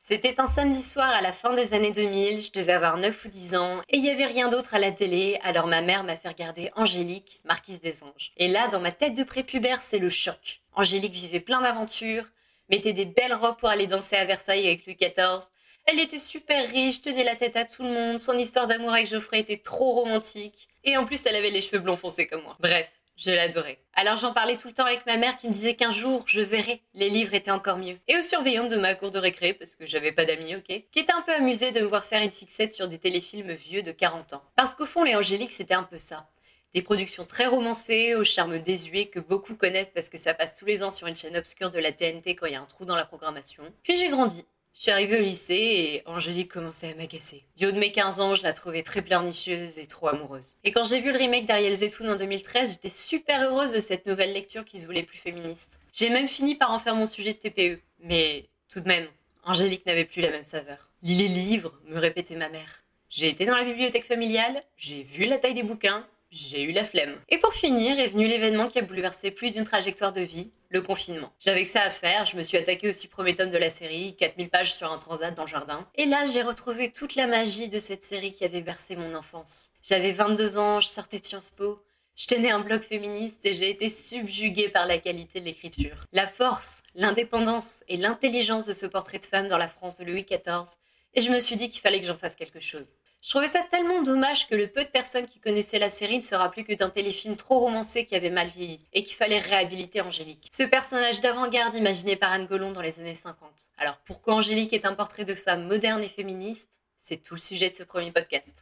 C'était un samedi soir à la fin des années 2000, je devais avoir 9 ou 10 ans, et il y avait rien d'autre à la télé, alors ma mère m'a fait regarder Angélique, Marquise des Anges. Et là, dans ma tête de prépubère, c'est le choc. Angélique vivait plein d'aventures, mettait des belles robes pour aller danser à Versailles avec Louis XIV. Elle était super riche, tenait la tête à tout le monde, son histoire d'amour avec Geoffrey était trop romantique. Et en plus, elle avait les cheveux blonds foncés comme moi. Bref, je l'adorais. Alors j'en parlais tout le temps avec ma mère qui me disait qu'un jour, je verrais, les livres étaient encore mieux. Et aux surveillantes de ma cour de récré, parce que j'avais pas d'amis, ok, qui étaient un peu amusées de me voir faire une fixette sur des téléfilms vieux de 40 ans. Parce qu'au fond, les Angéliques, c'était un peu ça. Des productions très romancées, au charme désuet que beaucoup connaissent parce que ça passe tous les ans sur une chaîne obscure de la TNT quand il y a un trou dans la programmation. Puis j'ai grandi. Je suis arrivée au lycée et Angélique commençait à m'agacer. Du haut de mes 15 ans, je la trouvais très pleurnicheuse et trop amoureuse. Et quand j'ai vu le remake d'Ariel Zetoun en 2013, j'étais super heureuse de cette nouvelle lecture qui se voulait plus féministe. J'ai même fini par en faire mon sujet de TPE. Mais tout de même, Angélique n'avait plus la même saveur. Lis les livres, me répétait ma mère. J'ai été dans la bibliothèque familiale, j'ai vu la taille des bouquins, j'ai eu la flemme. Et pour finir est venu l'événement qui a bouleversé plus d'une trajectoire de vie, le confinement. J'avais que ça à faire, je me suis attaquée au 6 premiers tomes de la série, 4000 pages sur un transat dans le jardin. Et là, j'ai retrouvé toute la magie de cette série qui avait bercé mon enfance. J'avais 22 ans, je sortais de Sciences Po, je tenais un blog féministe et j'ai été subjuguée par la qualité de l'écriture. La force, l'indépendance et l'intelligence de ce portrait de femme dans la France de Louis XIV. Et je me suis dit qu'il fallait que j'en fasse quelque chose. Je trouvais ça tellement dommage que le peu de personnes qui connaissaient la série ne se rappelaient que d'un téléfilm trop romancé qui avait mal vieilli et qu'il fallait réhabiliter Angélique. Ce personnage d'avant-garde imaginé par Anne Golon dans les années 50. Alors pourquoi Angélique est un portrait de femme moderne et féministe ? C'est tout le sujet de ce premier podcast.